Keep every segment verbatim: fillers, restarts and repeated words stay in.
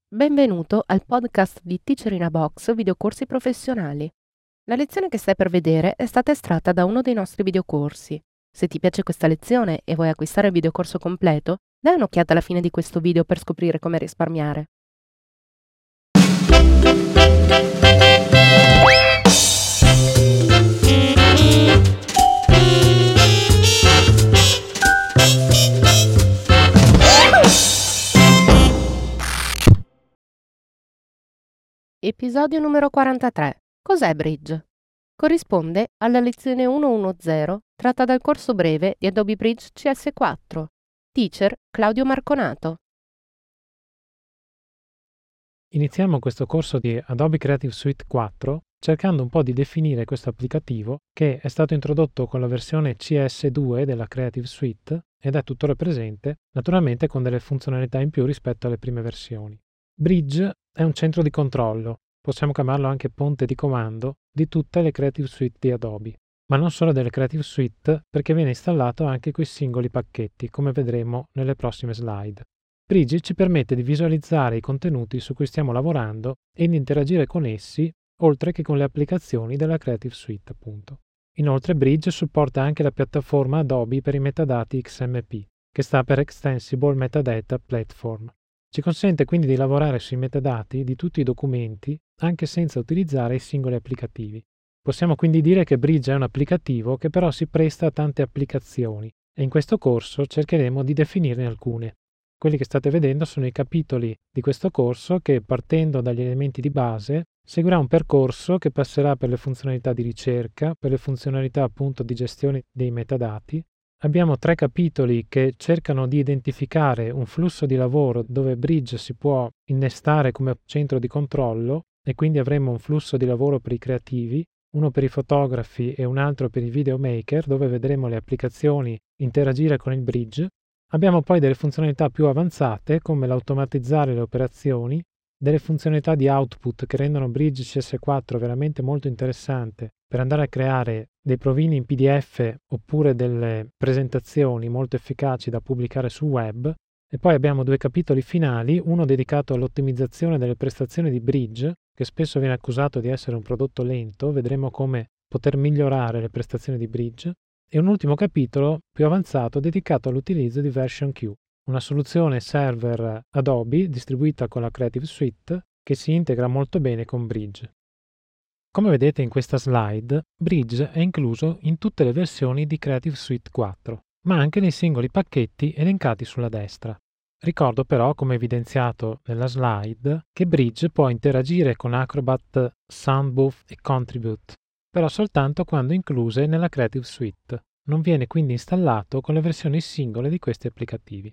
Benvenuto al podcast di Teacher in a Box videocorsi professionali. La lezione che stai per vedere è stata estratta da uno dei nostri videocorsi. Se ti piace questa lezione e vuoi acquistare il videocorso completo, dai un'occhiata alla fine di questo video per scoprire come risparmiare. Episodio numero quarantatré. Cos'è Bridge? Corrisponde alla lezione centododici tratta dal corso breve di Adobe Bridge C S quattro. Teacher Claudio Marconato. Iniziamo questo corso di Adobe Creative Suite quattro cercando un po' di definire questo applicativo che è stato introdotto con la versione C S due della Creative Suite ed è tuttora presente, naturalmente con delle funzionalità in più rispetto alle prime versioni. Bridge è un centro di controllo, possiamo chiamarlo anche ponte di comando, di tutte le Creative Suite di Adobe, ma non solo delle Creative Suite perché viene installato anche coi singoli pacchetti, come vedremo nelle prossime slide. Bridge ci permette di visualizzare i contenuti su cui stiamo lavorando e di interagire con essi, oltre che con le applicazioni della Creative Suite, appunto. Inoltre Bridge supporta anche la piattaforma Adobe per i metadati X M P, che sta per Extensible Metadata Platform. Ci consente quindi di lavorare sui metadati di tutti i documenti anche senza utilizzare i singoli applicativi. Possiamo quindi dire che Bridge è un applicativo che però si presta a tante applicazioni e in questo corso cercheremo di definirne alcune. Quelli che state vedendo sono i capitoli di questo corso che, partendo dagli elementi di base, seguirà un percorso che passerà per le funzionalità di ricerca, per le funzionalità appunto di gestione dei metadati. Abbiamo tre capitoli che cercano di identificare un flusso di lavoro dove Bridge si può innestare come centro di controllo e quindi avremo un flusso di lavoro per i creativi, uno per i fotografi e un altro per i videomaker dove vedremo le applicazioni interagire con il Bridge. Abbiamo poi delle funzionalità più avanzate come l'automatizzare le operazioni, delle funzionalità di output che rendono Bridge C S quattro veramente molto interessante per andare a creare dei provini in P D F oppure delle presentazioni molto efficaci da pubblicare sul web. E poi abbiamo due capitoli finali, uno dedicato all'ottimizzazione delle prestazioni di Bridge, che spesso viene accusato di essere un prodotto lento, vedremo come poter migliorare le prestazioni di Bridge, e un ultimo capitolo più avanzato dedicato all'utilizzo di Version Queue, una soluzione server Adobe distribuita con la Creative Suite che si integra molto bene con Bridge. Come vedete in questa slide, Bridge è incluso in tutte le versioni di Creative Suite quattro, ma anche nei singoli pacchetti elencati sulla destra. Ricordo però, come evidenziato nella slide, che Bridge può interagire con Acrobat, Soundbooth e Contribute, però soltanto quando incluse nella Creative Suite. Non viene quindi installato con le versioni singole di questi applicativi.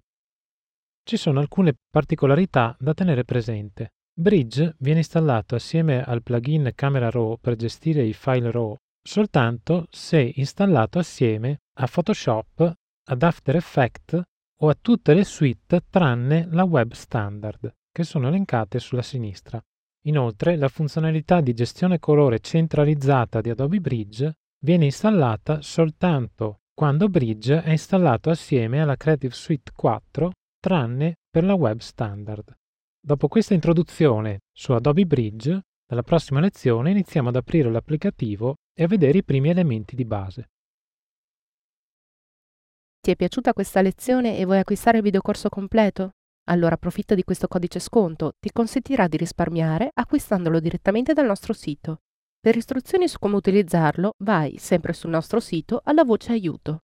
Ci sono alcune particolarità da tenere presente. Bridge viene installato assieme al plugin Camera Raw per gestire i file RAW soltanto se installato assieme a Photoshop, ad After Effects o a tutte le suite tranne la Web Standard, che sono elencate sulla sinistra. Inoltre, la funzionalità di gestione colore centralizzata di Adobe Bridge viene installata soltanto quando Bridge è installato assieme alla Creative Suite quattro, tranne per la Web Standard. Dopo questa introduzione su Adobe Bridge, nella prossima lezione iniziamo ad aprire l'applicativo e a vedere i primi elementi di base. Ti è piaciuta questa lezione e vuoi acquistare il videocorso completo? Allora approfitta di questo codice sconto, ti consentirà di risparmiare acquistandolo direttamente dal nostro sito. Per istruzioni su come utilizzarlo, vai sempre sul nostro sito alla voce aiuto.